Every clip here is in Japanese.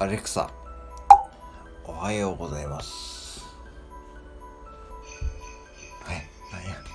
アレクサ、おはようございます。はい、なんや。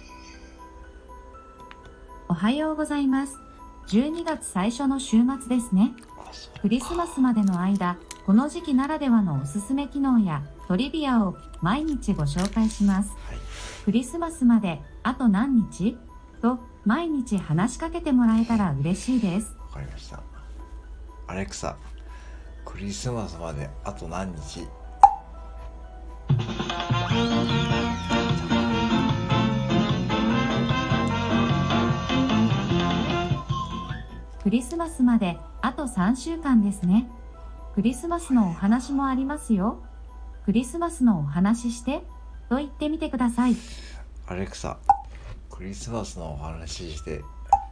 おはようございます。12月最初の週末ですね。クリスマスまでの間、この時期ならではのおすすめ機能やトリビアを毎日ご紹介します。クリスマスまであと何日と毎日話しかけてもらえたら嬉しいです。 わかりました。アレクサ、クリスマスまであと何日？ クリスマスまであと3週間ですね。クリスマスのお話もありますよ。クリスマスのお話してと言ってみてください。 アレクサ、クリスマスのお話して。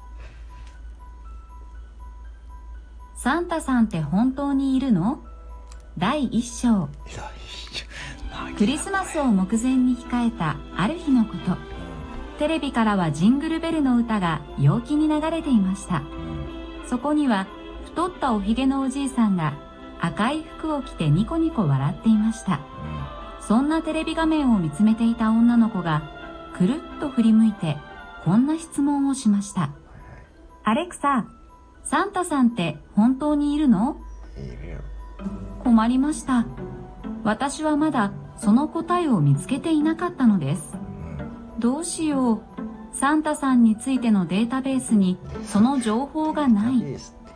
サンタさんって本当にいるの？第1章。クリスマスを目前に控えたある日のこと、テレビからはジングルベルの歌が陽気に流れていました。そこには太ったおひげのおじいさんが赤い服を着てニコニコ笑っていました。そんなテレビ画面を見つめていた女の子がくるっと振り向いてこんな質問をしました。アレクサ、サンタさんって本当にいるの？ いるよ。 困りました。私はまだその答えを見つけていなかったのです。どうしよう。サンタさんについてのデータベースにその情報がない。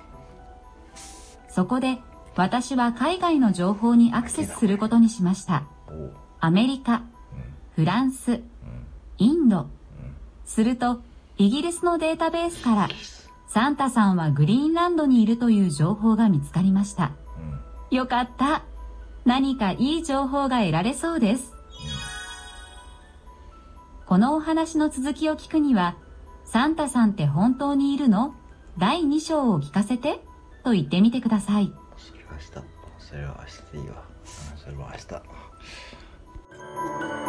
そこで私は海外の情報にアクセスすることにしました。アメリカ、フランス、インド。するとイギリスのデータベースからサンタさんはグリーンランドにいるという情報が見つかりました。よかった。何かいい情報が得られそうです。このお話の続きを聞くには、サンタさんって本当にいるの？第2章を聞かせてと言ってみてください。 それは明日でいいわ。それは明日。